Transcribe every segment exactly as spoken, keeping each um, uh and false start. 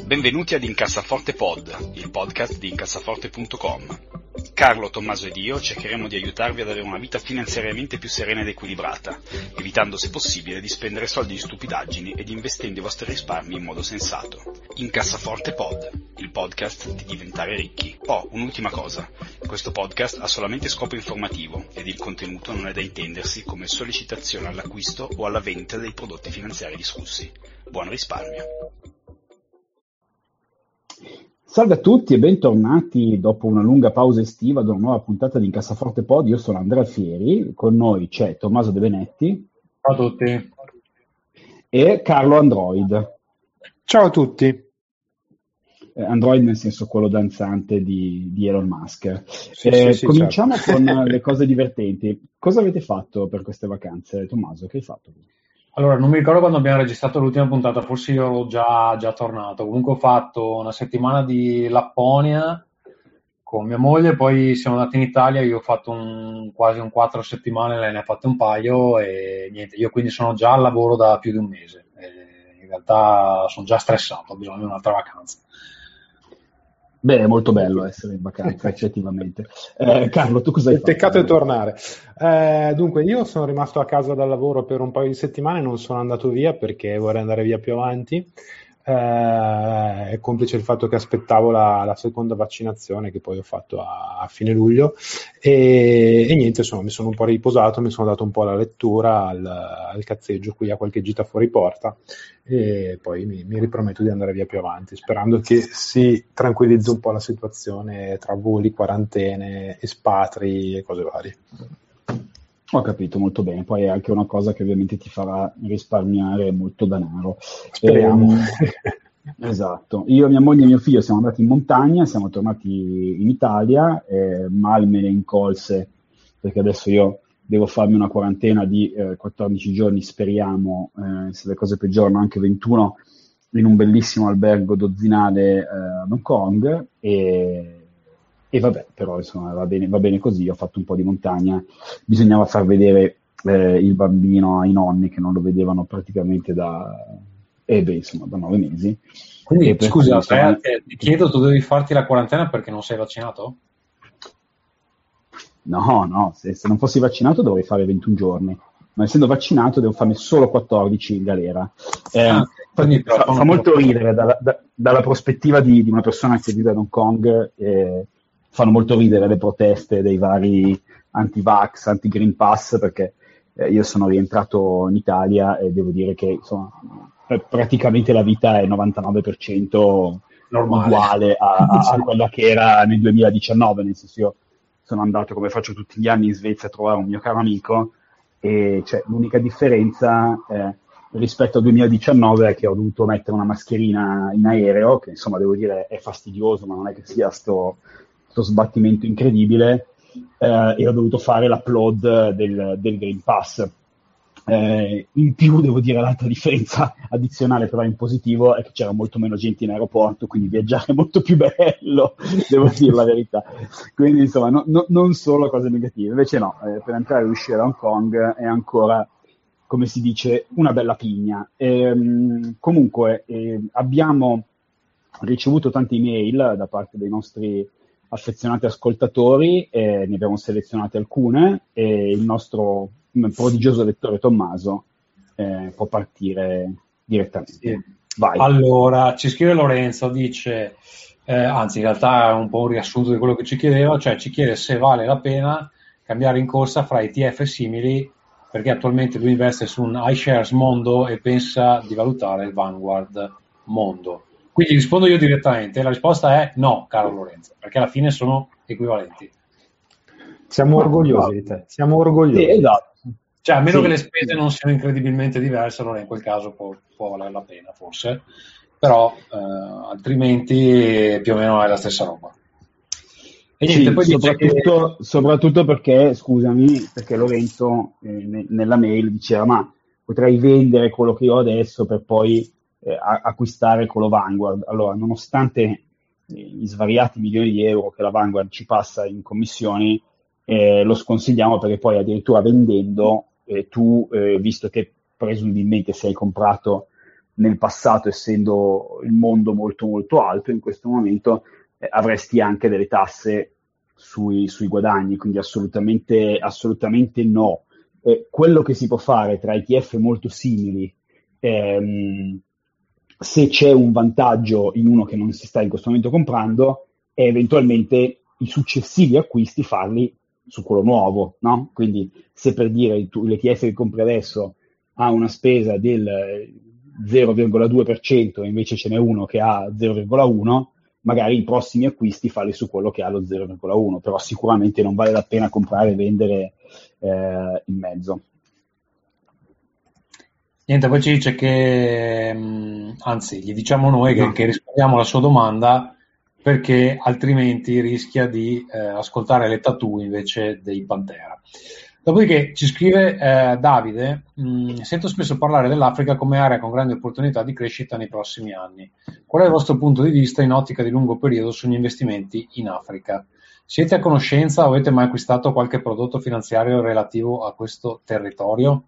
Benvenuti ad Incassaforte Pod, il podcast di incassaforte punto com. Carlo, Tommaso ed io cercheremo di aiutarvi ad avere una vita finanziariamente più serena ed equilibrata, evitando se possibile di spendere soldi in stupidaggini ed investendo i vostri risparmi in modo sensato. Incassaforte Pod, il podcast di diventare ricchi. Oh, un'ultima cosa, questo podcast ha solamente scopo informativo ed il contenuto non è da intendersi come sollecitazione all'acquisto o alla vendita dei prodotti finanziari discussi. Buon risparmio! Salve a tutti e bentornati dopo una lunga pausa estiva ad una nuova puntata di Incassaforte Pod. Io sono Andrea Alfieri, con noi c'è Tommaso De Benetti. Ciao a tutti. E Carlo Android. Ciao a tutti. Eh, Android nel senso quello danzante di, di Elon Musk. Sì, eh, sì, sì, cominciamo certo. con le cose divertenti. Cosa avete fatto per queste vacanze? Tommaso, che hai fatto? Allora, non mi ricordo quando abbiamo registrato l'ultima puntata, forse io ero già, già tornato. Comunque ho fatto una settimana di Lapponia con mia moglie, poi siamo andati in Italia, io ho fatto un, quasi un quattro settimane, lei ne ha fatte un paio e niente, io quindi sono già al lavoro da più di un mese. E in realtà sono già stressato, ho bisogno di un'altra vacanza. Beh, è molto bello essere in vacanza, effettivamente. Eh, Carlo, tu cosa hai Il fatto? peccato è tornare. Eh, dunque, io sono rimasto a casa dal lavoro per un paio di settimane, non sono andato via perché vorrei andare via più avanti. Eh, è complice il fatto che aspettavo la, la seconda vaccinazione che poi ho fatto a, a fine luglio e, e niente, insomma, mi sono un po' riposato, mi sono dato un po' alla lettura, al, al cazzeggio qui a qualche gita fuori porta e poi mi, mi riprometto di andare via più avanti, sperando che si tranquillizzi un po' la situazione tra voli, quarantene, espatri e cose varie. Ho capito molto bene, poi è anche una cosa che ovviamente ti farà risparmiare molto denaro. Speriamo. Eh, esatto. Io, mia moglie e mio figlio siamo andati in montagna, siamo tornati in Italia, eh, mal me ne incolse, perché adesso io devo farmi una quarantena di eh, quattordici giorni, speriamo, eh, se le cose peggiorano anche ventuno, in un bellissimo albergo dozzinale eh, ad Hong Kong e... E vabbè, però insomma va bene, va bene così, ho fatto un po' di montagna, bisognava far vedere eh, il bambino ai nonni che non lo vedevano praticamente da, eh beh, insomma, da nove mesi. Quindi, E per scusa, cui, insomma, Andrea, ti chiedo, tu devi farti la quarantena perché non sei vaccinato? No, no, se, se non fossi vaccinato dovrei fare ventuno giorni, ma essendo vaccinato devo farne solo quattordici in galera. Eh, Ah, quindi fa, fa, fa molto ridere dalla, da, dalla prospettiva di, di una persona che vive ad Hong Kong. Eh, fanno molto ridere le proteste dei vari anti-vax, anti-Green Pass, perché eh, io sono rientrato in Italia e devo dire che insomma, praticamente la vita è novantanove per cento normale, uguale a, a, a quella che era nel duemiladiciannove, nel senso io sono andato come faccio tutti gli anni in Svezia a trovare un mio caro amico e cioè, l'unica differenza eh, rispetto al duemiladiciannove è che ho dovuto mettere una mascherina in aereo, che insomma devo dire è fastidioso, ma non è che sia sto sbattimento incredibile, eh, e ho dovuto fare l'upload del, del Green Pass. Eh, in più devo dire l'altra differenza addizionale però in positivo è che c'era molto meno gente in aeroporto, quindi viaggiare è molto più bello, devo dire la verità. Quindi insomma no, no, non solo cose negative, invece no, eh, per entrare e uscire da Hong Kong è ancora, come si dice, una bella pigna. Ehm, comunque eh, abbiamo ricevuto tante email da parte dei nostri affezionati ascoltatori, eh, ne abbiamo selezionate alcune e il nostro prodigioso lettore Tommaso eh, può partire direttamente. Sì. Vai. Allora, ci scrive Lorenzo, dice, eh, anzi in realtà è un po' un riassunto di quello che ci chiedeva, cioè ci chiede se vale la pena cambiare in corsa fra E T F simili, perché attualmente lui investe su un iShares Mondo e pensa di valutare il Vanguard Mondo. Quindi rispondo io direttamente, la risposta è no, caro Lorenzo, perché alla fine sono equivalenti. Siamo orgogliosi di te, siamo orgogliosi. Sì, esatto. Cioè, a meno Sì, che le spese sì. non siano incredibilmente diverse, allora in quel caso può, può valere la pena, forse, però eh, altrimenti più o meno è la stessa roba. E niente, Sì, poi dice soprattutto, che... soprattutto perché, scusami, perché Lorenzo eh, ne- nella mail diceva ma potrei vendere quello che ho adesso per poi eh, a- acquistare quello Vanguard. Allora, nonostante eh, gli svariati milioni di euro che la Vanguard ci passa in commissioni, eh, lo sconsigliamo perché poi addirittura vendendo, eh, tu, eh, visto che presumibilmente se hai comprato nel passato, essendo il mondo molto molto alto, in questo momento eh, avresti anche delle tasse sui, sui guadagni, quindi assolutamente, assolutamente no. Eh, quello che si può fare tra E T F molto simili, ehm, se c'è un vantaggio in uno che non si sta in questo momento comprando, è eventualmente i successivi acquisti farli su quello nuovo, no? Quindi se per dire tu, l'E T F che compri adesso ha una spesa del zero virgola due per cento e invece ce n'è uno che ha zero virgola uno, magari i prossimi acquisti farli su quello che ha lo zero virgola uno, però sicuramente non vale la pena comprare e vendere eh, in mezzo. Niente, poi ci dice che, mh, anzi, gli diciamo noi che, No. che rispondiamo alla sua domanda, perché altrimenti rischia di eh, ascoltare le tattoo invece dei Pantera. Dopodiché ci scrive eh, Davide, mh, sento spesso parlare dell'Africa come area con grandi opportunità di crescita nei prossimi anni. Qual è il vostro punto di vista in ottica di lungo periodo sugli investimenti in Africa? Siete a conoscenza o avete mai acquistato qualche prodotto finanziario relativo a questo territorio?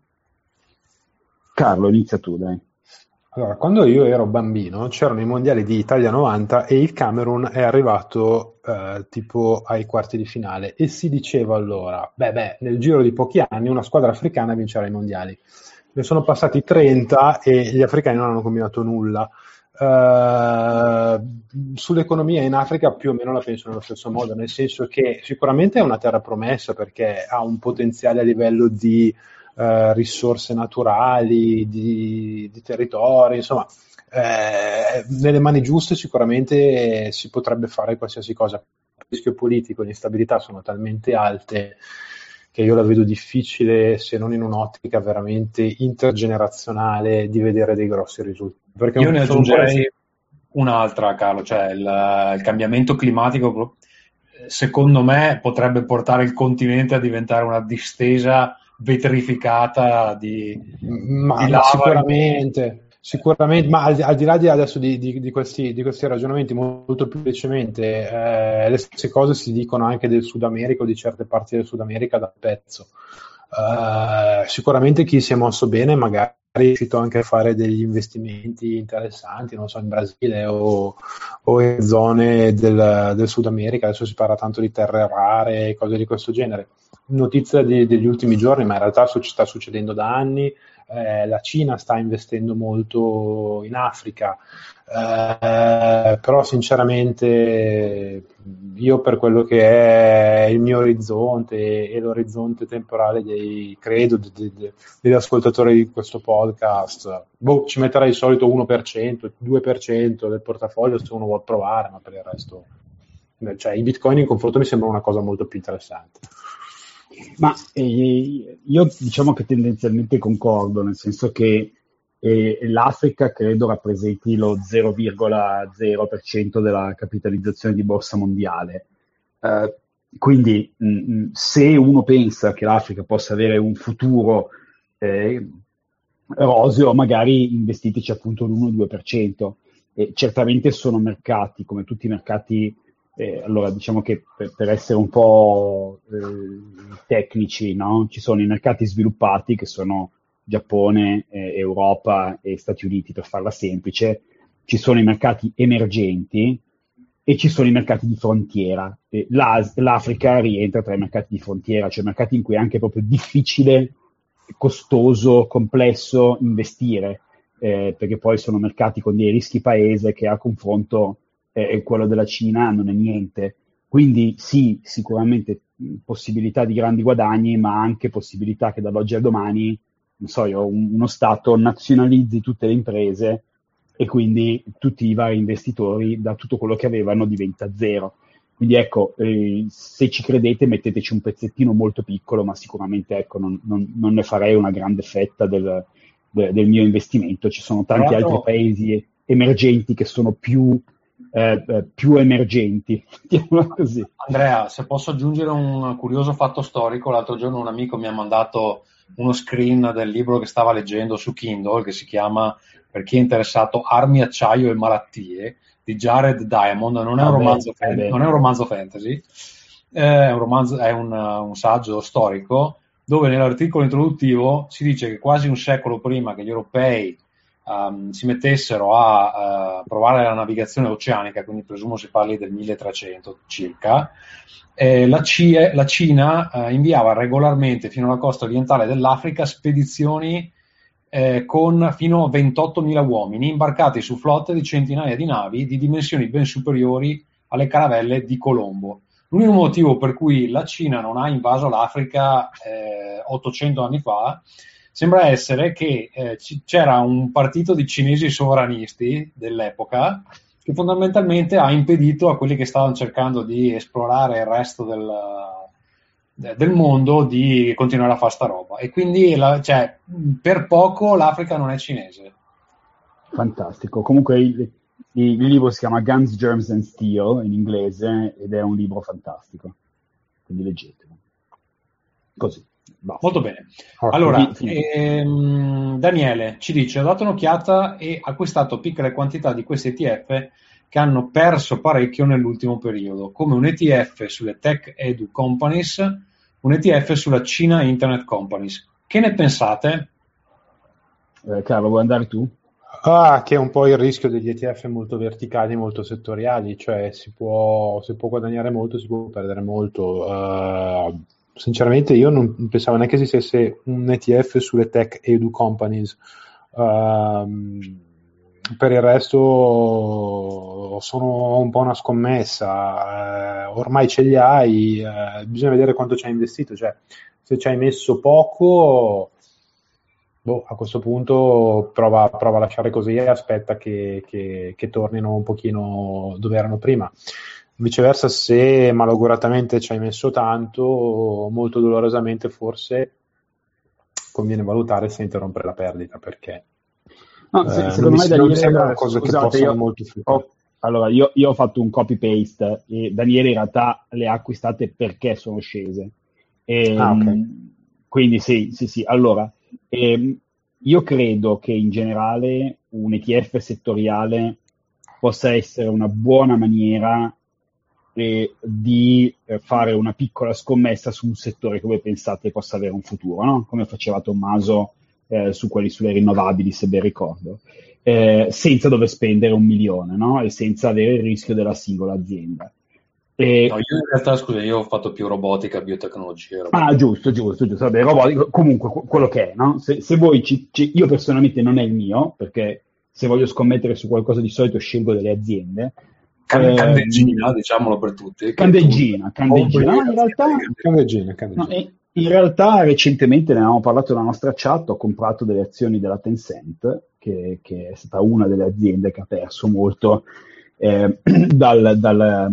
Carlo, inizia tu, dai. Allora, quando io ero bambino c'erano i mondiali di Italia novanta e il Camerun è arrivato eh, tipo ai quarti di finale e si diceva allora, beh beh, nel giro di pochi anni una squadra africana vincerà i mondiali. Ne sono passati trenta e gli africani non hanno combinato nulla. Uh, sull'economia in Africa più o meno la penso nello stesso modo, nel senso che sicuramente è una terra promessa perché ha un potenziale a livello di uh, risorse naturali, di, di territori, insomma, eh, nelle mani giuste sicuramente si potrebbe fare qualsiasi cosa. Il rischio politico e l'instabilità sono talmente alte che io la vedo difficile, se non in un'ottica veramente intergenerazionale, di vedere dei grossi risultati. Perché Io ne sono aggiungerei un'altra, Carlo, cioè il, il cambiamento climatico secondo me potrebbe portare il continente a diventare una distesa vetrificata di, ma, di ma lava. sicuramente, sicuramente, ma al, al di là di adesso di, di, di, questi, di questi ragionamenti molto più velocemente, eh, le stesse cose si dicono anche del Sud America o di certe parti del Sud America da pezzo. Uh, sicuramente chi si è mosso bene magari è riuscito anche a fare degli investimenti interessanti, non so, in Brasile o, o in zone del, del Sud America. Adesso si parla tanto di terre rare e cose di questo genere. Notizia di, degli ultimi giorni, ma in realtà sta succedendo da anni. Eh, la Cina sta investendo molto in Africa, eh, però sinceramente io, per quello che è il mio orizzonte e l'orizzonte temporale dei, credo, de, de, de, degli ascoltatori di questo podcast, boh, ci metterei il solito uno per cento, due per cento del portafoglio se uno vuole provare, ma per il resto, cioè, i bitcoin in confronto mi sembra una cosa molto più interessante. Ma eh, io diciamo che tendenzialmente concordo, nel senso che eh, l'Africa credo rappresenti lo zero virgola zero per cento della capitalizzazione di borsa mondiale. Eh, quindi mh, se uno pensa che l'Africa possa avere un futuro eh, roseo, magari investiteci appunto l'uno due per cento. E certamente sono mercati, come tutti i mercati. Eh, allora, diciamo che per, per essere un po' eh, tecnici, no? Ci sono i mercati sviluppati che sono Giappone, eh, Europa e Stati Uniti, per farla semplice. Ci sono i mercati emergenti e ci sono i mercati di frontiera. Eh, l'As- L'Africa rientra tra i mercati di frontiera, cioè mercati in cui è anche proprio difficile, costoso, complesso investire, eh, perché poi sono mercati con dei rischi paese che a confronto e quello della Cina non è niente. Quindi sì, sicuramente possibilità di grandi guadagni, ma anche possibilità che dall'oggi al domani, non so io, un, uno Stato nazionalizzi tutte le imprese e quindi tutti i vari investitori, da tutto quello che avevano, diventa zero. Quindi ecco, eh, se ci credete metteteci un pezzettino molto piccolo, ma sicuramente ecco, non, non, non ne farei una grande fetta del, de, del mio investimento. Ci sono tanti altri paesi emergenti che sono più Eh, eh, più emergenti, così. Andrea, se posso aggiungere un curioso fatto storico, l'altro giorno un amico mi ha mandato uno screen del libro che stava leggendo su Kindle, che si chiama, per chi è interessato, Armi, acciaio e malattie, di Jared Diamond. Non è un romanzo, Vabbè, vabbè. non è un romanzo fantasy, è un, romanzo, è un, un saggio storico dove nell'articolo introduttivo si dice che quasi un secolo prima che gli europei um, si mettessero a uh, provare la navigazione oceanica, quindi presumo si parli del milletrecento circa, eh, la, C I E, la Cina uh, inviava regolarmente fino alla costa orientale dell'Africa spedizioni eh, con fino a ventottomila uomini imbarcati su flotte di centinaia di navi di dimensioni ben superiori alle caravelle di Colombo. L'unico motivo per cui la Cina non ha invaso l'Africa eh, ottocento anni fa sembra essere che eh, c- c'era un partito di cinesi sovranisti dell'epoca che fondamentalmente ha impedito a quelli che stavano cercando di esplorare il resto del, del mondo di continuare a fare sta roba. E quindi la, cioè, per poco l'Africa non è cinese. Fantastico. Comunque il, il libro si chiama Guns, Germs and Steel in inglese ed è un libro fantastico. Quindi leggetelo. Così. Basta. Molto bene. Oh, Allora, fi- ehm, Daniele ci dice: ho dato un'occhiata e acquistato piccole quantità di questi E T F che hanno perso parecchio nell'ultimo periodo, come un E T F sulle Tech Edu Companies, un E T F sulla Cina Internet Companies. Che ne pensate? Eh, Carlo, vuoi andare tu? Ah, che è un po' il rischio degli E T F molto verticali, molto settoriali, cioè si può, si può guadagnare molto, si può perdere molto. Uh, sinceramente io non pensavo neanche esistesse un E T F sulle Tech Edu Companies. Uh, per il resto sono un po' una scommessa. Uh, ormai ce li hai, uh, bisogna vedere quanto ci hai investito, cioè se ci hai messo poco... Boh, a questo punto prova, prova a lasciare così e aspetta che, che, che tornino un pochino dove erano prima. Viceversa, se malauguratamente ci hai messo tanto, molto dolorosamente forse conviene valutare se interrompere la perdita, perché No, se, eh, secondo non me mi, Daniele, non mi sembrano cose scusate, che possano io, molto fruttare. ho, allora, io, io ho fatto un copy paste e Daniele in realtà le ha acquistate perché sono scese. E, Ah, ok. quindi sì, sì, sì. Allora, ehm, io credo che in generale un E T F settoriale possa essere una buona maniera eh, di eh, fare una piccola scommessa su un settore che voi pensate possa avere un futuro, no? Come faceva Tommaso eh, su quelli sulle rinnovabili, se ben ricordo, eh, senza dover spendere un milione, no? E senza avere il rischio della singola azienda. E... No, io in realtà, scusa, io ho fatto più robotica, biotecnologia. Roba. Ah, giusto, giusto, giusto. Vabbè, robotico, comunque qu- quello che è, no? Se, se voi ci, ci- io personalmente non è il mio, perché se voglio scommettere su qualcosa di solito scelgo delle aziende. Can- Ehm, candeggina, diciamolo per tutti. Candeggina, candeggina. No, in realtà, Candeggina, no, candeggina. e- in realtà recentemente ne avevamo parlato nella nostra chat, ho comprato delle azioni della Tencent, che, che è stata una delle aziende che ha perso molto eh, dal, dal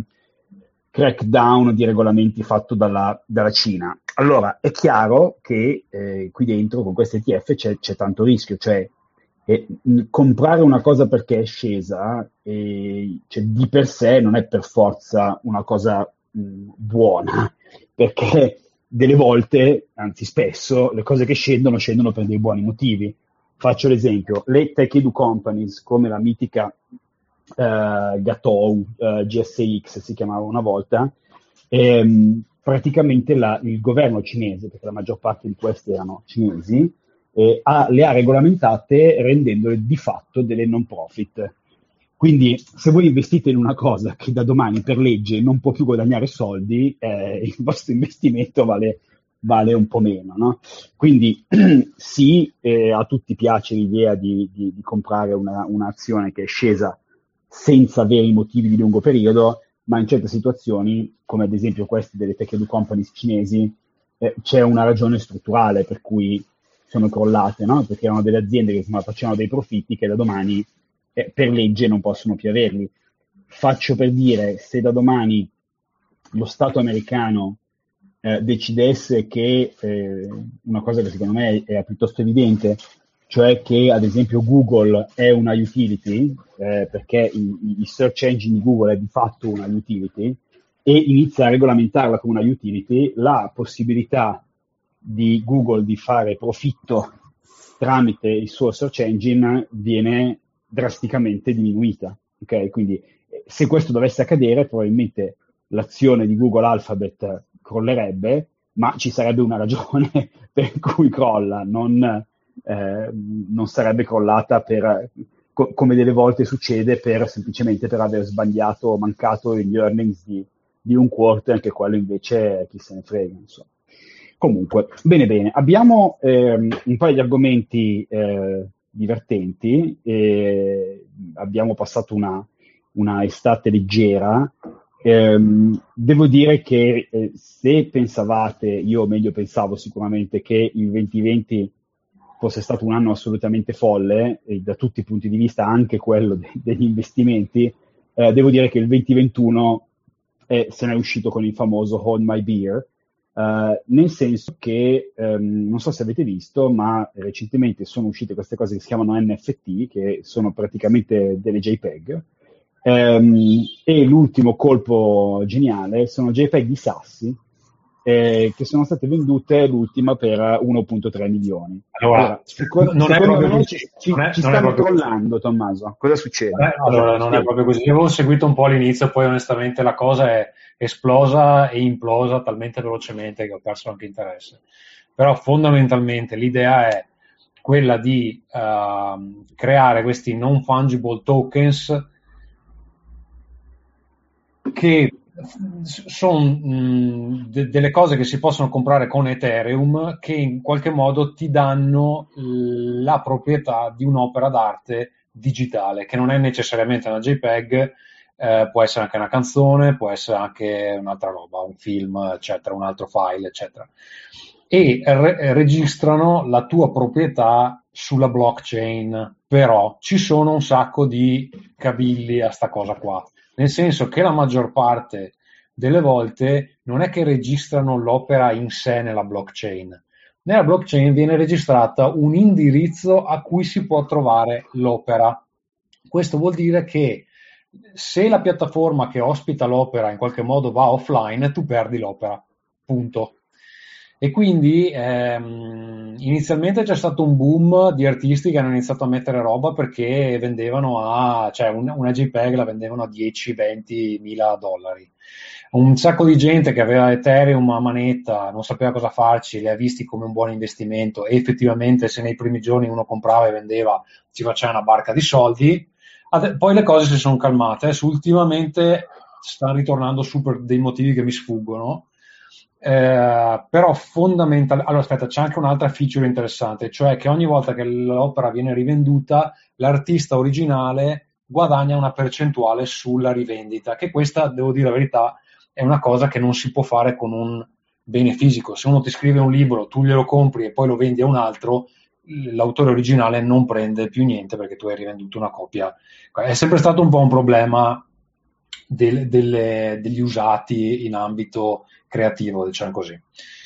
crackdown di regolamenti fatto dalla, dalla Cina. Allora, è chiaro che eh, qui dentro con questi E T F c'è, c'è tanto rischio, cioè eh, mh, comprare una cosa perché è scesa, eh, cioè, di per sé non è per forza una cosa mh, buona, perché delle volte, anzi spesso, le cose che scendono scendono per dei buoni motivi. Faccio l'esempio, le tech edu companies come la mitica Uh, Gatou, uh, G S X si chiamava una volta, ehm, praticamente la, il governo cinese, perché la maggior parte di queste erano cinesi, eh, ha, le ha regolamentate rendendole di fatto delle non profit. Quindi se voi investite in una cosa che da domani per legge non può più guadagnare soldi, eh, il vostro investimento vale, vale un po' meno, no? Quindi sì, eh, a tutti piace l'idea di, di, di comprare una, un'azione che è scesa senza veri motivi di lungo periodo, ma in certe situazioni, come ad esempio queste delle tech edu companies cinesi, eh, c'è una ragione strutturale per cui sono crollate, no? Perché erano delle aziende che insomma, facevano dei profitti che da domani eh, per legge non possono più averli. Faccio per dire, se da domani lo Stato americano eh, decidesse che eh, una cosa che secondo me è, è piuttosto evidente, cioè che ad esempio Google è una utility, eh, perché il, il search engine di Google è di fatto una utility, e inizia a regolamentarla come una utility, la possibilità di Google di fare profitto tramite il suo search engine viene drasticamente diminuita. Okay? Quindi se questo dovesse accadere, probabilmente l'azione di Google Alphabet crollerebbe, ma ci sarebbe una ragione per cui crolla, non... eh, non sarebbe crollata per, co- come delle volte succede, per semplicemente per aver sbagliato o mancato gli earnings di, di un quarter, anche quello invece chi se ne frega, insomma. Comunque, bene bene, abbiamo ehm, un paio di argomenti eh, divertenti, e abbiamo passato una, una estate leggera. Ehm, devo dire che eh, se pensavate, io meglio pensavo sicuramente, che il duemilaventi fosse stato un anno assolutamente folle, e da tutti i punti di vista, anche quello de- degli investimenti, eh, devo dire che il duemilaventuno eh, se ne è uscito con il famoso Hold My Beer, eh, nel senso che, ehm, non so se avete visto, ma recentemente sono uscite queste cose che si chiamano N F T, che sono praticamente delle JPEG. Ehm, e l'ultimo colpo geniale sono JPEG di sassi, eh, che sono state vendute l'ultima per uno virgola tre milioni. Allora, Allora, secondo, non è secondo proprio me così. ci, ci, Non è, ci non è stanno proprio così. trollando, Tommaso. Cosa succede? Eh, allora, non è proprio così. Io avevo seguito un po' all'inizio, poi onestamente la cosa è esplosa e implosa talmente velocemente che ho perso anche interesse. Però fondamentalmente l'idea è quella di uh, creare questi non fungible tokens che sono de- delle cose che si possono comprare con Ethereum, che in qualche modo ti danno la proprietà di un'opera d'arte digitale, che non è necessariamente una JPEG, eh, può essere anche una canzone, può essere anche un'altra roba, un film, eccetera, un altro file, eccetera. E re- registrano la tua proprietà sulla blockchain, però ci sono un sacco di cavilli a sta cosa qua. Nel senso che la maggior parte delle volte non è che registrano l'opera in sé nella blockchain. Nella blockchain viene registrata un indirizzo a cui si può trovare l'opera. Questo vuol dire che se la piattaforma che ospita l'opera in qualche modo va offline, tu perdi l'opera. Punto. E quindi ehm, inizialmente c'è stato un boom di artisti che hanno iniziato a mettere roba perché vendevano a, cioè una, una JPEG la vendevano a dieci venti mila dollari. Un sacco di gente che aveva Ethereum a manetta, non sapeva cosa farci, li ha visti come un buon investimento, e effettivamente se nei primi giorni uno comprava e vendeva ci faceva una barca di soldi. Poi le cose si sono calmate, adesso ultimamente stanno ritornando su per dei motivi che mi sfuggono. Eh, però fondamentalmente, allora aspetta, c'è anche un'altra feature interessante, cioè che ogni volta che l'opera viene rivenduta, l'artista originale guadagna una percentuale sulla rivendita, che questa, devo dire la verità, è una cosa che non si può fare con un bene fisico. Se uno ti scrive un libro, tu glielo compri e poi lo vendi a un altro, l'autore originale non prende più niente perché tu hai rivenduto una copia. È sempre stato un po' un problema del, delle, degli usati in ambito creativo, diciamo così.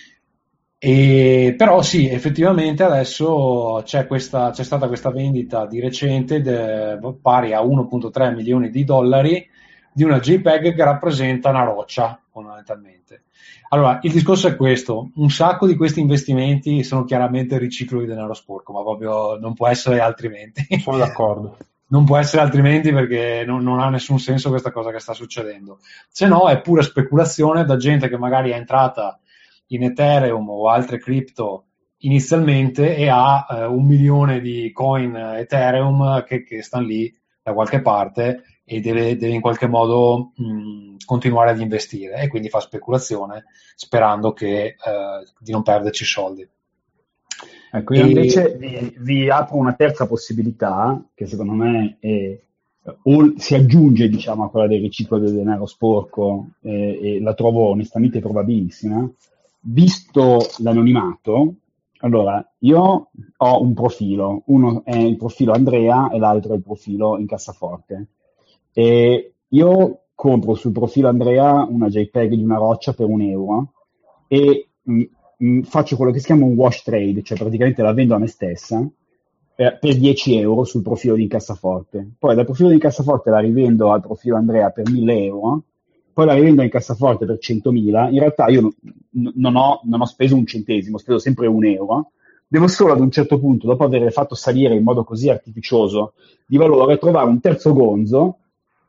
E, però sì, effettivamente adesso c'è, questa, c'è stata questa vendita di recente de, pari a uno virgola tre milioni di dollari di una JPEG che rappresenta una roccia, fondamentalmente. Allora, il discorso è questo: un sacco di questi investimenti sono chiaramente riciclo di denaro sporco, ma proprio non può essere altrimenti. Sono d'accordo. Non può essere altrimenti, perché non, non ha nessun senso questa cosa che sta succedendo. Se no è pura speculazione da gente che magari è entrata in Ethereum o altre cripto inizialmente e ha eh, un milione di coin Ethereum che, che stanno lì da qualche parte e deve, deve in qualche modo mh, continuare ad investire, e quindi fa speculazione sperando che, eh, di non perderci soldi. Ecco, io invece vi, vi apro una terza possibilità che secondo me è, o si aggiunge, diciamo, a quella del riciclo del denaro sporco, eh, e la trovo onestamente probabilissima. Visto l'anonimato, allora io ho un profilo, uno è il profilo Andrea e l'altro è il profilo in cassaforte, e io compro sul profilo Andrea una JPEG di una roccia per un euro e mh, faccio quello che si chiama un wash trade, cioè praticamente la vendo a me stessa eh, per dieci euro sul profilo di cassaforte. Poi dal profilo di cassaforte la rivendo al profilo Andrea per mille euro, poi la rivendo in cassaforte per centomila. In realtà io non, non, ho, non ho speso un centesimo, ho speso sempre un euro. Devo solo ad un certo punto, dopo aver fatto salire in modo così artificioso di valore, trovare un terzo gonzo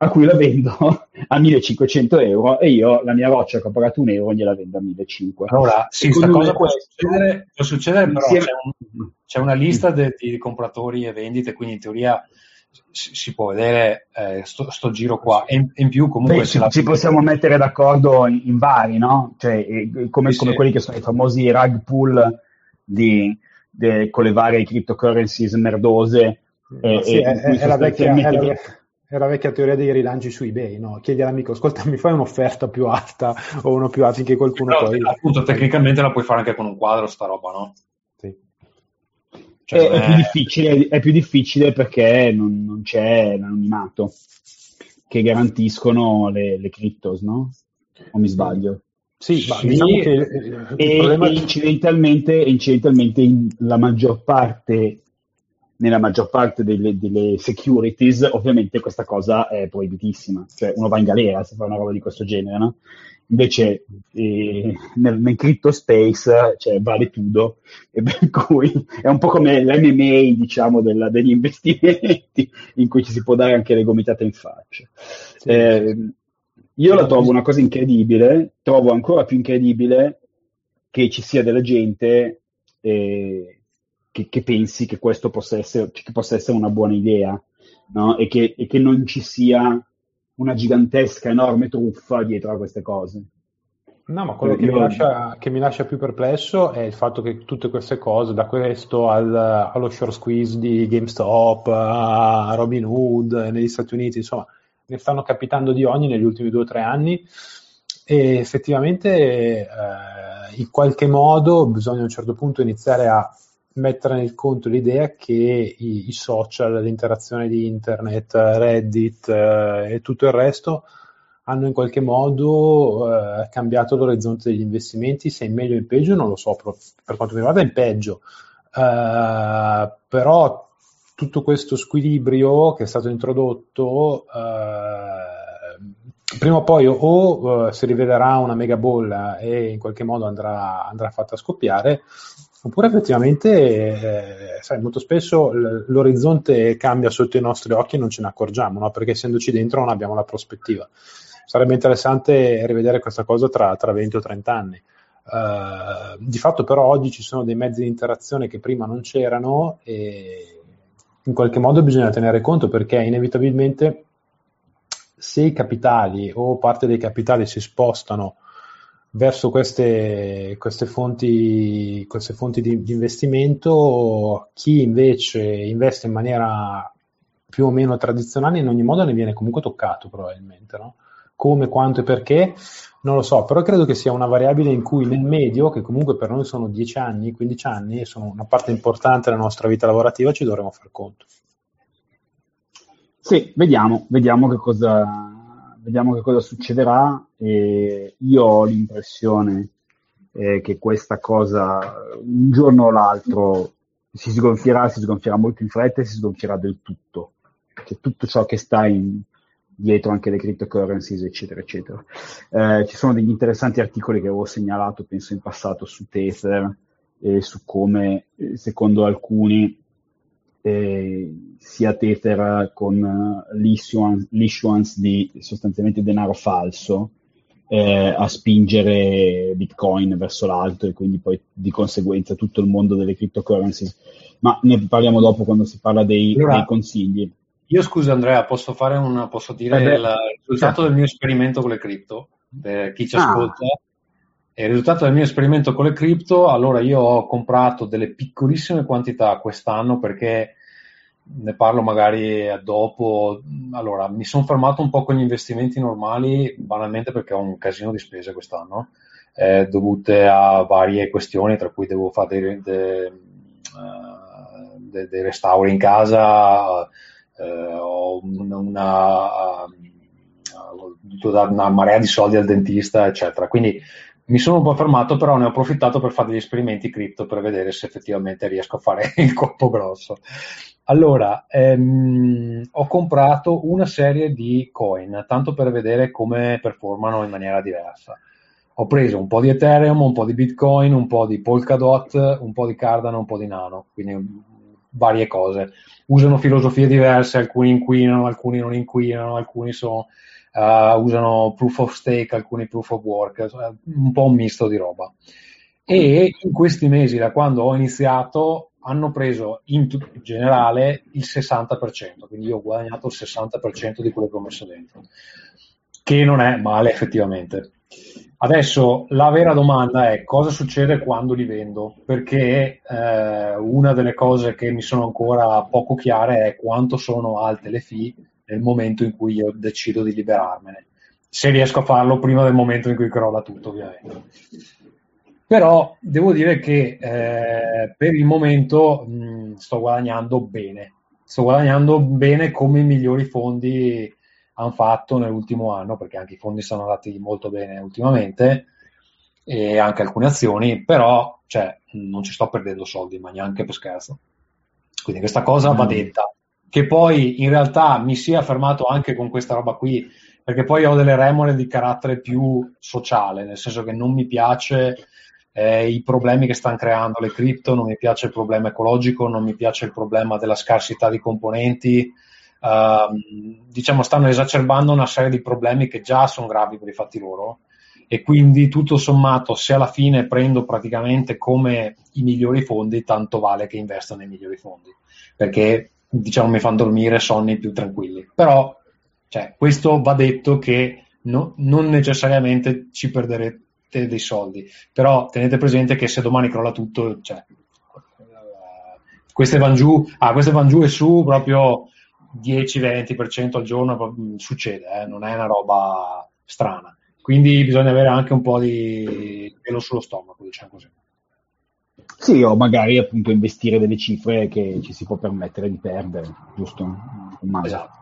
a cui la vendo a millecinquecento euro e io la mia roccia che ho pagato un euro gliela vendo a millecinquecento. Allora, sì, questa cosa può succedere, può succedere però insieme... c'è, un, c'è una lista de, di compratori e vendite, quindi in teoria si, si può vedere eh, sto, sto giro qua. E in, in più comunque... Beh, se ci, la... ci possiamo mettere d'accordo in, in vari, no? Cioè, eh, come, sì, come sì. quelli che sono i famosi rug pool di, de, con le varie cryptocurrencies merdose. Eh, sì, è, è, la vecchia, è, la, è la vecchia teoria dei rilanci su eBay, no? Chiedi all'amico, ascolta, mi fai un'offerta più alta o uno più alto finché qualcuno però, poi... appunto, tecnicamente la puoi fare anche con un quadro sta roba, no? Sì. Cioè, è, è, più difficile, è più difficile perché non, non c'è l'anonimato che garantiscono le, le cryptos, no? O mi sbaglio? Sì, ma diciamo che il e, problema... e incidentalmente, incidentalmente in la maggior parte, nella maggior parte delle, delle securities, ovviamente questa cosa è proibitissima, cioè uno va in galera se fa una roba di questo genere, no? Invece eh, nel, nel crypto space cioè, vale tutto, e per cui è un po' come l'M M A, diciamo, della, degli investimenti, in cui ci si può dare anche le gomitate in faccia. Sì, eh, sì. Io la trovo una cosa incredibile, trovo ancora più incredibile che ci sia della gente eh, che, che pensi che questo possa essere, che possa essere una buona idea, no? E che, e che non ci sia una gigantesca, enorme truffa dietro a queste cose. No, ma quello che, Io... mi lascia, che mi lascia più perplesso è il fatto che tutte queste cose, da questo al, allo short squeeze di GameStop, a Robinhood negli Stati Uniti, insomma, ne stanno capitando di ogni negli ultimi due o tre anni e effettivamente eh, in qualche modo bisogna a un certo punto iniziare a mettere nel conto l'idea che i, i social, l'interazione di internet, Reddit eh, e tutto il resto hanno in qualche modo eh, cambiato l'orizzonte degli investimenti, se in meglio o in peggio non lo so, però per quanto mi riguarda in peggio, uh, però tutto questo squilibrio che è stato introdotto uh, prima o poi o uh, si rivelerà una mega bolla e in qualche modo andrà, andrà fatta scoppiare, oppure effettivamente eh, sai, molto spesso l- l'orizzonte cambia sotto i nostri occhi e non ce ne accorgiamo, no? Perché essendoci dentro non abbiamo la prospettiva. Sarebbe interessante rivedere questa cosa tra, tra venti o trenta anni. Uh, di fatto però oggi ci sono dei mezzi di interazione che prima non c'erano e in qualche modo bisogna tenere conto, perché inevitabilmente se i capitali o parte dei capitali si spostano verso queste, queste fonti, queste fonti di, di investimento, chi invece investe in maniera più o meno tradizionale in ogni modo ne viene comunque toccato probabilmente, no? Come, quanto e perché non lo so, però credo che sia una variabile in cui nel medio, che comunque per noi sono dieci anni, quindici anni e sono una parte importante della nostra vita lavorativa, ci dovremo far conto. Sì, vediamo, vediamo che cosa, vediamo che cosa succederà. E io ho l'impressione eh, che questa cosa un giorno o l'altro si sgonfierà, si sgonfierà molto in fretta e si sgonfierà del tutto. Cioè tutto ciò che sta in, dietro anche le cryptocurrencies, eccetera, eccetera. Eh, ci sono degli interessanti articoli che avevo segnalato, penso in passato, su Tether e su come, secondo alcuni, eh, sia Tether con uh, l'issuance, l'issuance di sostanzialmente denaro falso eh, a spingere Bitcoin verso l'alto e quindi poi di conseguenza tutto il mondo delle cryptocurrencies. Ma ne parliamo dopo quando si parla dei, allora, dei consigli. Io scusa Andrea, posso fare un, posso dire eh beh, il risultato certo. del mio esperimento con le cripto, per chi ci Ah. ascolta. E il risultato del mio esperimento con le cripto, allora io ho comprato delle piccolissime quantità quest'anno perché ne parlo magari dopo. Allora, mi sono fermato un po' con gli investimenti normali, banalmente perché ho un casino di spese quest'anno, eh, dovute a varie questioni, tra cui devo fare dei, dei, uh, dei, dei restauri in casa, uh, ho una, una uh, ho dovuto dare una marea di soldi al dentista, eccetera. Quindi mi sono un po' fermato, però ne ho approfittato per fare degli esperimenti cripto per vedere se effettivamente riesco a fare il colpo grosso. Allora, ehm, ho comprato una serie di coin, tanto per vedere come performano in maniera diversa. Ho preso un po' di Ethereum, un po' di Bitcoin, un po' di Polkadot, un po' di Cardano, un po' di Nano, quindi varie cose. Usano filosofie diverse, alcuni inquinano, alcuni non inquinano, alcuni sono, uh, usano proof of stake, alcuni proof of work, un po' un misto di roba. E in questi mesi, da quando ho iniziato, hanno preso in, t- in generale il sessanta per cento, quindi io ho guadagnato il sessanta per cento di quello che ho messo dentro, che non è male effettivamente. Adesso la vera domanda è cosa succede quando li vendo, perché eh, una delle cose che mi sono ancora poco chiare è quanto sono alte le fee nel momento in cui io decido di liberarmene, se riesco a farlo prima del momento in cui crolla tutto, ovviamente. Però devo dire che eh, per il momento mh, sto guadagnando bene, sto guadagnando bene come i migliori fondi hanno fatto nell'ultimo anno, perché anche i fondi sono andati molto bene ultimamente e anche alcune azioni, però cioè, non ci sto perdendo soldi, ma neanche per scherzo. Quindi questa cosa va detta, che poi in realtà mi sia fermato anche con questa roba qui, perché poi ho delle remore di carattere più sociale, nel senso che non mi piace eh, i problemi che stanno creando le cripto, non mi piace il problema ecologico, non mi piace il problema della scarsità di componenti. Uh, diciamo stanno esacerbando una serie di problemi che già sono gravi per i fatti loro, e quindi tutto sommato, se alla fine prendo praticamente come i migliori fondi, tanto vale che investo nei migliori fondi, perché diciamo mi fanno dormire sonni più tranquilli. Però cioè, questo va detto che no, non necessariamente ci perderete dei soldi, però tenete presente che se domani crolla tutto, cioè, queste van giù, ah, queste van giù e su proprio dieci venti per cento al giorno succede, eh? Non è una roba strana, quindi bisogna avere anche un po' di pelo sullo stomaco, diciamo così. Sì, o magari appunto investire delle cifre che ci si può permettere di perdere, giusto? Esatto.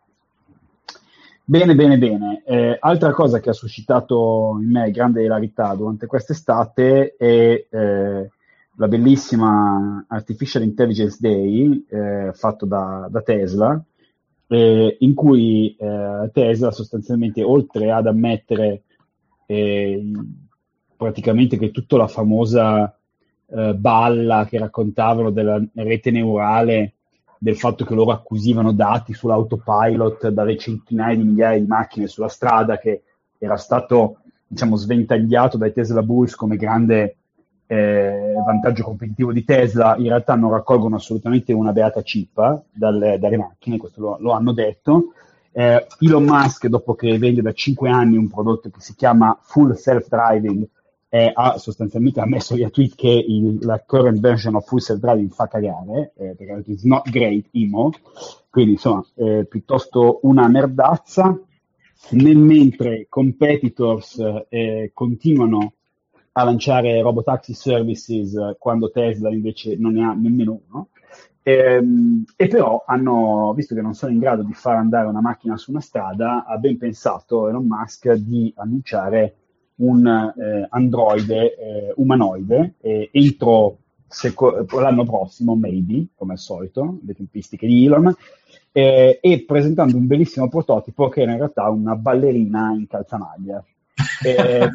Bene, bene, bene. Eh, altra cosa che ha suscitato in me grande ilarità durante quest'estate è eh, la bellissima Artificial Intelligence Day eh, fatto da, da Tesla, eh, in cui eh, Tesla sostanzialmente, oltre ad ammettere eh, praticamente che tutta la famosa eh, balla che raccontavano della rete neurale, del fatto che loro acquisivano dati sull'autopilot dalle centinaia di migliaia di macchine sulla strada, che era stato, diciamo, sventagliato dai Tesla Bulls come grande eh, vantaggio competitivo di Tesla, in realtà non raccolgono assolutamente una beata cippa dalle, dalle macchine, questo lo, lo hanno detto. Eh, Elon Musk, dopo che vende da cinque anni un prodotto che si chiama Full Self-Driving, eh, ha sostanzialmente ammesso via tweet che il, la current version of Full Self-Driving fa cagare, eh, perché it's not great, emo, quindi insomma, eh, piuttosto una merdazza. Nel mentre competitors eh, continuano a lanciare robotaxi services quando Tesla invece non ne ha nemmeno uno, ehm, e però hanno, visto che non sono in grado di far andare una macchina su una strada, ha ben pensato Elon Musk di annunciare un eh, androide eh, umanoide eh, entro seco- l'anno prossimo, maybe, come al solito, le tempistiche di Elon, eh, e presentando un bellissimo prototipo che era in realtà una ballerina in calzamaglia. Eh,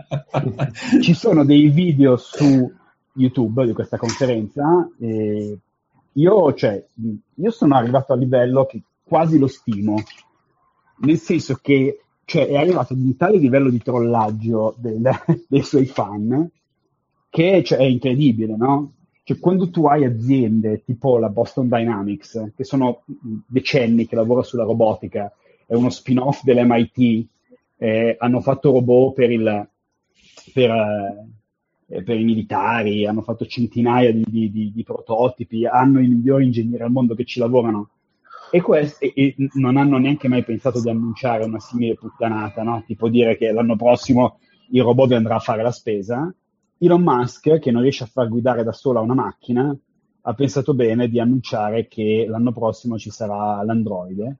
ci sono dei video su YouTube di questa conferenza, e io, cioè, io sono arrivato a livello che quasi lo stimo, nel senso che cioè, è arrivato ad un tale livello di trollaggio del, dei suoi fan che cioè, è incredibile, no? Cioè, quando tu hai aziende tipo la Boston Dynamics, che sono decenni che lavora sulla robotica, è uno spin-off dell'M I T, eh, hanno fatto robot per, il, per, eh, per i militari, hanno fatto centinaia di, di, di, di prototipi, hanno i migliori ingegneri al mondo che ci lavorano, e, quest- e, e non hanno neanche mai pensato di annunciare una simile puttanata, no? Tipo dire che l'anno prossimo il robot vi andrà a fare la spesa. Elon Musk, che non riesce a far guidare da sola una macchina, ha pensato bene di annunciare che l'anno prossimo ci sarà l'androide,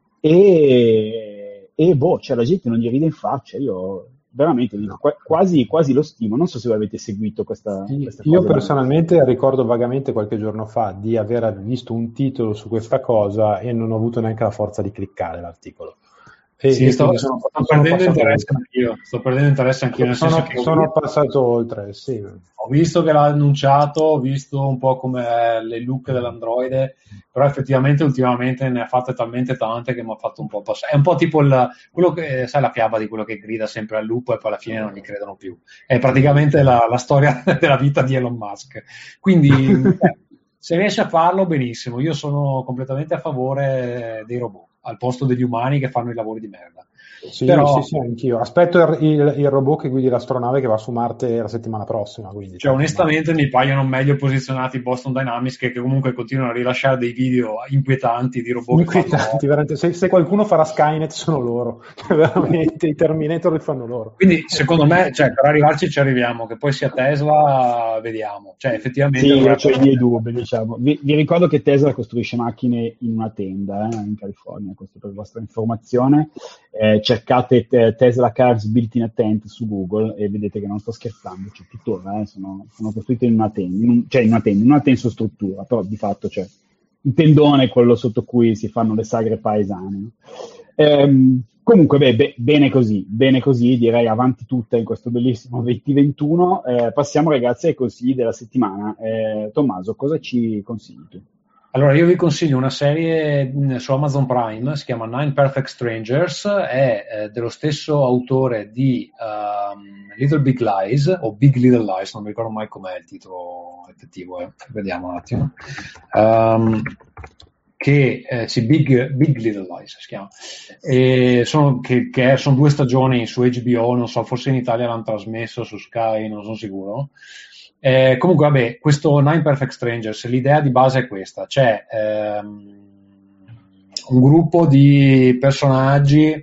e, e boh, cioè la gente non gli ride in faccia. Io veramente dico, qu- quasi, quasi lo stimo. Non so se voi avete seguito questa, Sì, questa io cosa. personalmente ricordo vagamente qualche giorno fa di aver visto un titolo su questa cosa e non ho avuto neanche la forza di cliccare l'articolo. E, sì, e sto, sono, sto sono perdendo interesse oltre. anch'io, sto perdendo interesse anch'io, nel Sono, senso che sono passato oltre, sì. ho visto che l'ha annunciato, ho visto un po' come le look dell'Android, però effettivamente ultimamente ne ha fatte talmente tante che mi ha fatto un po' passare. È un po' tipo il, quello che, sai, la fiaba di quello che grida sempre al lupo e poi alla fine non gli credono più. È praticamente la, la storia della vita di Elon Musk. Quindi, eh, se riesce a farlo, benissimo. Io sono completamente a favore dei robot, al posto degli umani che fanno i lavori di merda. Sì, Però, sì, sì, anch'io. Aspetto il, il- il robot che guidi l'astronave che va su Marte la settimana prossima, quindi cioè, tanto ormai. onestamente mi paiono meglio posizionati i Boston Dynamics, che, che comunque continuano a rilasciare dei video inquietanti di robot che fanno. Inquietanti, veramente. Se, se qualcuno farà Skynet sono loro, veramente, i Terminator li fanno loro. Quindi secondo me, cioè, per arrivarci ci arriviamo, che poi sia Tesla, vediamo. Cioè, effettivamente Sì, io dovrebbe. ho i miei dubbi, diciamo. Vi, vi ricordo che Tesla costruisce macchine in una tenda eh, in California, questo per vostra informazione. Eh, cercate te- Tesla Cars Built in a Tent su Google e vedete che non sto scherzando, cioè, tuttora eh, sono, sono costruite in una tenda, in un- cioè in una tenda, in una tensostruttura, però di fatto c'è il tendone, quello sotto cui si fanno le sagre paesane. No? Ehm, comunque, beh, be- bene così, bene così, direi avanti tutta in questo bellissimo venti ventuno. Eh, passiamo ragazzi ai consigli della settimana. Eh, Tommaso, cosa ci consigli tu? Allora, io vi consiglio una serie mh, su Amazon Prime, si chiama Nine Perfect Strangers, è eh, dello stesso autore di ehm, Little Big Lies, o Big Little Lies, non mi ricordo mai com'è il titolo effettivo, eh. Vediamo un attimo. Um, che eh, sì, Big, Big Little Lies si chiama. E sono, che, che sono due stagioni su H B O, non so, forse in Italia l'hanno trasmesso su Sky, non sono sicuro. Eh, comunque, vabbè, questo Nine Perfect Strangers, l'idea di base è questa: c'è ehm, un gruppo di personaggi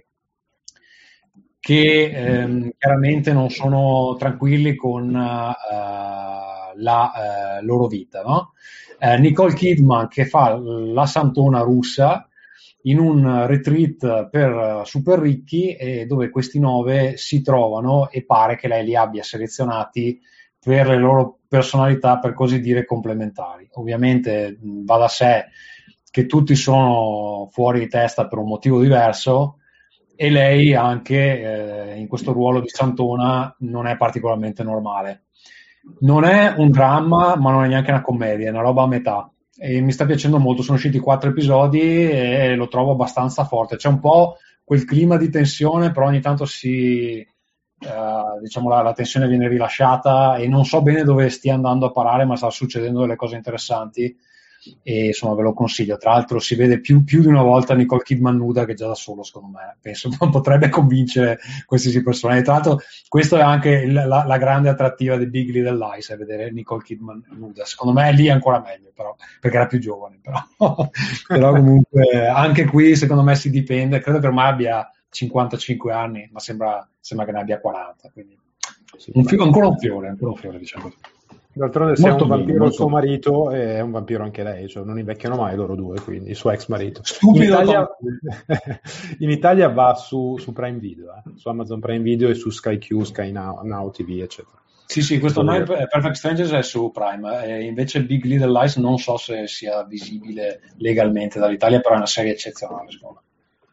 che ehm, chiaramente non sono tranquilli con uh, la uh, loro vita, no? Eh, Nicole Kidman che fa la santona russa in un retreat per super ricchi, e dove questi nove si trovano e pare che lei li abbia selezionati per le loro personalità, per così dire, complementari. Ovviamente mh, va da sé che tutti sono fuori di testa per un motivo diverso, e lei anche eh, in questo ruolo di santona non è particolarmente normale. Non è un dramma, ma non è neanche una commedia, è una roba a metà. E mi sta piacendo molto, sono usciti quattro episodi e lo trovo abbastanza forte. C'è un po' quel clima di tensione, però ogni tanto si, Uh, diciamo la, la tensione viene rilasciata e non so bene dove stia andando a parare, ma sta succedendo delle cose interessanti e insomma ve lo consiglio. Tra l'altro si vede più, più di una volta Nicole Kidman nuda, che già da solo secondo me penso potrebbe convincere qualsiasi persona. E tra l'altro questo è anche il, la, la grande attrattiva di Big Little Lies, è vedere Nicole Kidman nuda. Secondo me lì è ancora meglio, però, perché era più giovane, però. Però comunque anche qui secondo me si dipende, credo che ormai abbia cinquantacinque anni, ma sembra, sembra che ne abbia quaranta, quindi Sì, un fi- ancora un fiore, ancora un fiore, diciamo. d'altronde se è Molto un bene, vampiro il molto suo bene. marito, è un vampiro anche lei, cioè non invecchiano mai loro due, quindi il suo ex marito. In Stupido Italia, Tom. in Italia va su, su Prime Video, eh, su Amazon Prime Video e su Sky Q, Sky Now, Now T V, eccetera. Sì, sì, questo Potete Nine vedere. Perfect Strangers è su Prime, e invece Big Little Lies non so se sia visibile legalmente dall'Italia, però è una serie eccezionale, secondo me.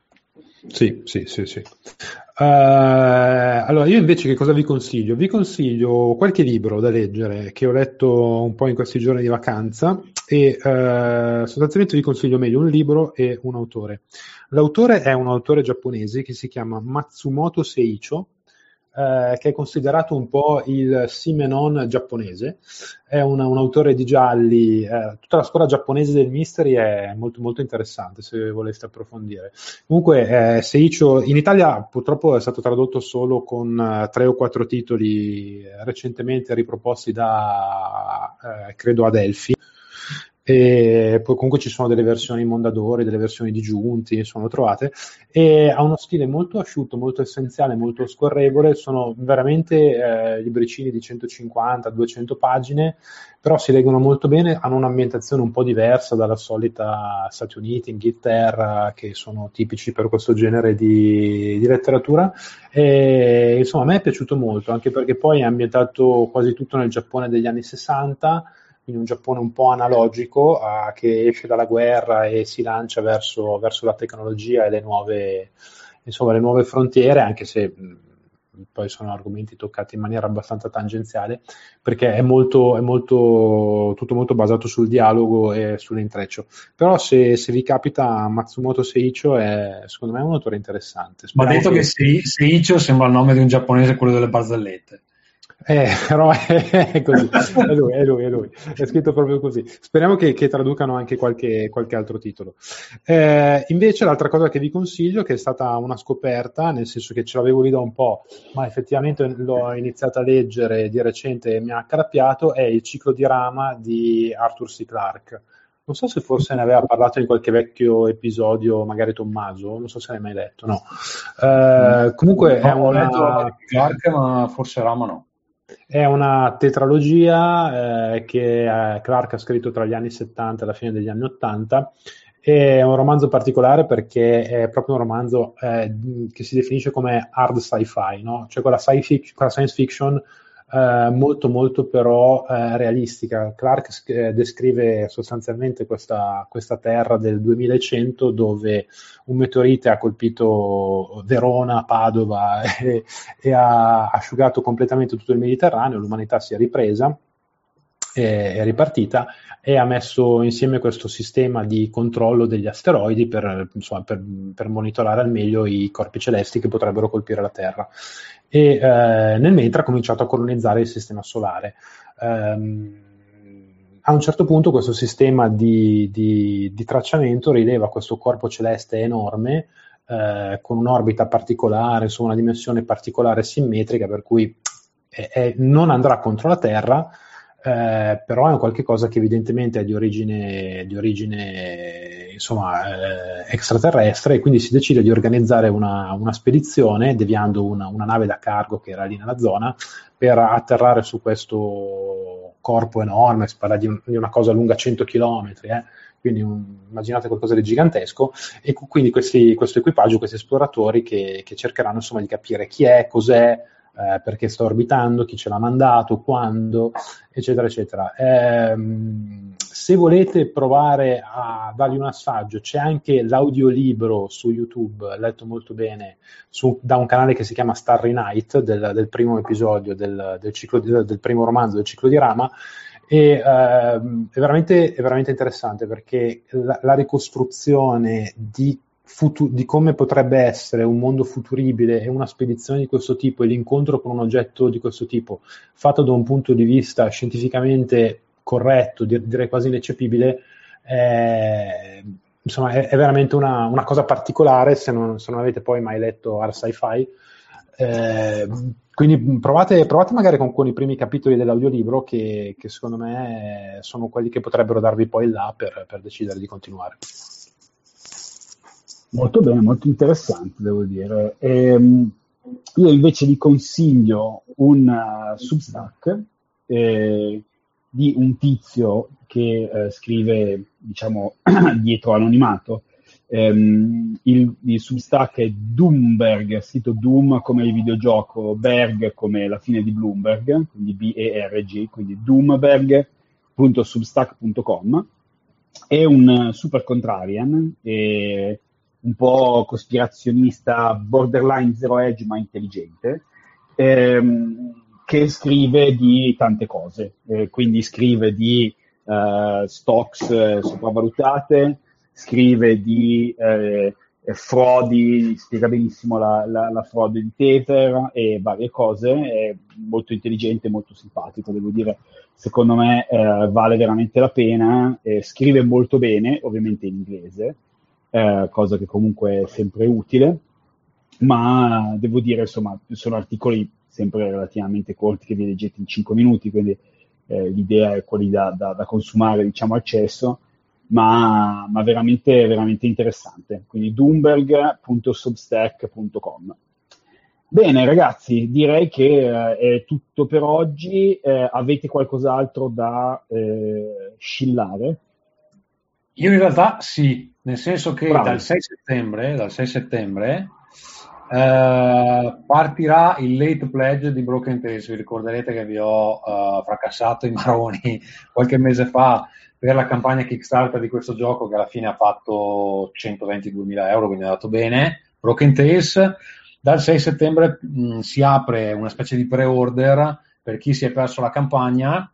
Sì, sì, sì, sì. Uh, allora, io invece che cosa vi consiglio? Vi consiglio qualche libro da leggere che ho letto un po' in questi giorni di vacanza e uh, sostanzialmente vi consiglio meglio un libro e un autore. L'autore è un autore giapponese che si chiama Matsumoto Seicho, Uh, che è considerato un po' il Simenon giapponese. È una, un autore di gialli, uh, tutta la scuola giapponese del mystery è molto, molto interessante se voleste approfondire. Comunque eh, Seicho in Italia purtroppo è stato tradotto solo con uh, tre o quattro titoli recentemente riproposti da uh, credo Adelphi, e poi comunque ci sono delle versioni Mondadori, delle versioni di Giunti, sono trovate, e ha uno stile molto asciutto, molto essenziale, molto scorrevole. Sono veramente eh, libricini di centocinquanta duecento pagine, però si leggono molto bene, hanno un'ambientazione un po' diversa dalla solita Stati Uniti, Inghilterra, che sono tipici per questo genere di, di letteratura, e insomma a me è piaciuto molto, anche perché poi è ambientato quasi tutto nel Giappone degli anni sessanta, in un Giappone un po' analogico, uh, che esce dalla guerra e si lancia verso, verso la tecnologia e le nuove, insomma le nuove frontiere, anche se mh, poi sono argomenti toccati in maniera abbastanza tangenziale, perché è molto, è molto tutto molto basato sul dialogo e sull'intreccio. Però se, se vi capita, Matsumoto Seiichi è secondo me un autore interessante. Ma Speriamo detto che, che Seiichi sembra il nome di un giapponese, quello delle barzellette. Eh, però è così, è lui, è lui, è lui, è scritto proprio così. Speriamo che, che traducano anche qualche, qualche altro titolo. Eh, invece l'altra cosa che vi consiglio, che è stata una scoperta, nel senso che ce l'avevo lì da un po', ma effettivamente l'ho iniziata a leggere di recente e mi ha accrappiato, è il ciclo di Rama di Arthur C. Clarke. Non so se forse ne aveva parlato in qualche vecchio episodio, magari Tommaso, non so se l'hai mai letto, no. Eh, comunque no, è ho letto una... Clarke, ma forse Rama no. È una tetralogia eh, che eh, Clarke ha scritto tra gli anni settanta e la fine degli anni ottanta. È un romanzo particolare perché è proprio un romanzo eh, che si definisce come hard sci-fi, no? Cioè quella, sci- quella science fiction eh, molto molto però eh, realistica. Clarke eh, descrive sostanzialmente questa, questa terra del duemilacento dove un meteorite ha colpito Verona, Padova e, e ha asciugato completamente tutto il Mediterraneo, l'umanità si è ripresa, è, è ripartita e ha messo insieme questo sistema di controllo degli asteroidi per, insomma, per, per monitorare al meglio i corpi celesti che potrebbero colpire la Terra. E eh, nel mentre ha cominciato a colonizzare il sistema solare. Um, a un certo punto questo sistema di, di, di tracciamento rileva questo corpo celeste enorme eh, con un'orbita particolare, su una dimensione particolare simmetrica, per cui è, è, non andrà contro la Terra, eh, però è un qualche cosa che evidentemente è di origine, di origine insomma, eh, extraterrestre, e quindi si decide di organizzare una, una spedizione deviando una, una nave da cargo che era lì nella zona per atterrare su questo corpo enorme, si parla di, un, di una cosa lunga cento chilometri, eh? Quindi un, immaginate qualcosa di gigantesco, e quindi questi, questo equipaggio, questi esploratori che, che cercheranno insomma di capire chi è, cos'è, eh, perché sta orbitando, chi ce l'ha mandato, quando, eccetera, eccetera. Ehm, se volete provare a dargli un assaggio, c'è anche l'audiolibro su YouTube, letto molto bene, su, da un canale che si chiama Starry Night, del, del primo episodio del, del, ciclo di, del primo romanzo del ciclo di Rama, e ehm, è, veramente, è veramente interessante perché la, la ricostruzione di Futu- di come potrebbe essere un mondo futuribile e una spedizione di questo tipo e l'incontro con un oggetto di questo tipo fatto da un punto di vista scientificamente corretto, direi quasi ineccepibile, eh, insomma è, è veramente una, una cosa particolare se non, se non avete poi mai letto hard sci-fi. Eh, quindi provate, provate magari con, con i primi capitoli dell'audiolibro che, che secondo me sono quelli che potrebbero darvi poi là per, per decidere di continuare. Molto bene, molto interessante, devo dire. Ehm, io invece vi consiglio un uh, Substack eh, di un tizio che eh, scrive, diciamo, dietro anonimato. Ehm, il, il Substack è Doomberg, scritto Doom come il videogioco, Berg come la fine di Bloomberg, quindi B E R G, quindi doomberg punto substack punto com. È un super contrarian e un po' cospirazionista, borderline zero edge ma intelligente, ehm, che scrive di tante cose, eh, quindi scrive di eh, stocks eh, sopravvalutate, scrive di eh, frodi, spiega benissimo la, la, la frode di Tether e varie cose, è molto intelligente, molto simpatico, devo dire, secondo me eh, vale veramente la pena, eh, scrive molto bene, ovviamente in inglese, Eh, cosa che comunque è sempre utile, ma devo dire, insomma, sono articoli sempre relativamente corti che vi leggete in cinque minuti, quindi eh, l'idea è quelli da, da, da consumare, diciamo, al cesso, ma, ma veramente, veramente interessante. Quindi doomberg punto substack punto com. Bene, ragazzi, direi che eh, è tutto per oggi. Eh, avete qualcos'altro da eh, scillare? Io in realtà sì, nel senso che Bravo. dal sei settembre, dal sei settembre eh, partirà il late pledge di Broken Tales. Vi ricorderete che vi ho eh, fracassato i maroni qualche mese fa per la campagna Kickstarter di questo gioco, che alla fine ha fatto centoventiduemila euro, quindi è andato bene. Broken Tales. Dal sei settembre mh, si apre una specie di pre-order per chi si è perso la campagna,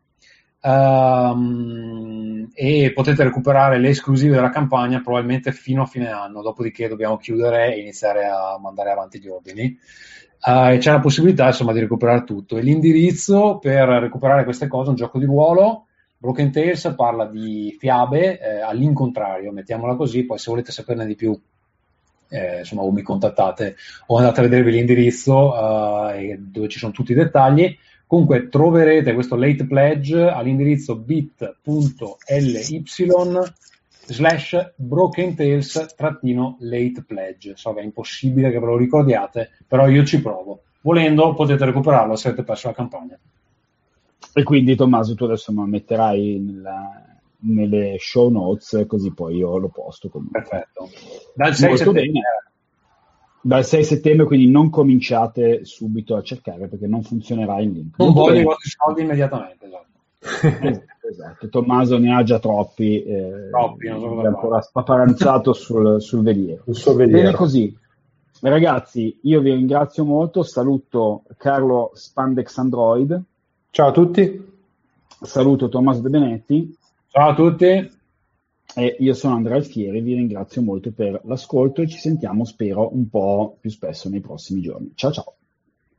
um, e potete recuperare le esclusive della campagna probabilmente fino a fine anno, dopodiché dobbiamo chiudere e iniziare a mandare avanti gli ordini. Uh, e c'è la possibilità insomma di recuperare tutto, e l'indirizzo per recuperare queste cose è un gioco di ruolo. Broken Tales parla di fiabe, eh, all'incontrario, mettiamola così. Poi se volete saperne di più, eh, insomma, o mi contattate o andate a vedervi l'indirizzo, uh, dove ci sono tutti i dettagli. Comunque troverete questo late pledge all'indirizzo bit.ly slash broken tales trattino late pledge. So che è impossibile che ve lo ricordiate, però io ci provo. Volendo potete recuperarlo se avete perso la campagna. E quindi Tommaso tu adesso me lo metterai nella, nelle show notes, così poi io lo posto comunque. Perfetto. Dal sei settembre. Dal sei settembre, quindi non cominciate subito a cercare perché non funzionerà il link. Non voglio i vostri soldi immediatamente, esatto. Esatto, Tommaso ne ha già troppi, eh, troppi non so è ancora spaparanzato sul, sul veliero. sul veliero. Bene così. Ragazzi, io vi ringrazio molto, saluto Carlo Spandex Android. Ciao a tutti. Saluto Tommaso De Benetti. Ciao a tutti. E io sono Andrea Alfieri, vi ringrazio molto per l'ascolto e ci sentiamo, spero, un po' più spesso nei prossimi giorni. Ciao ciao.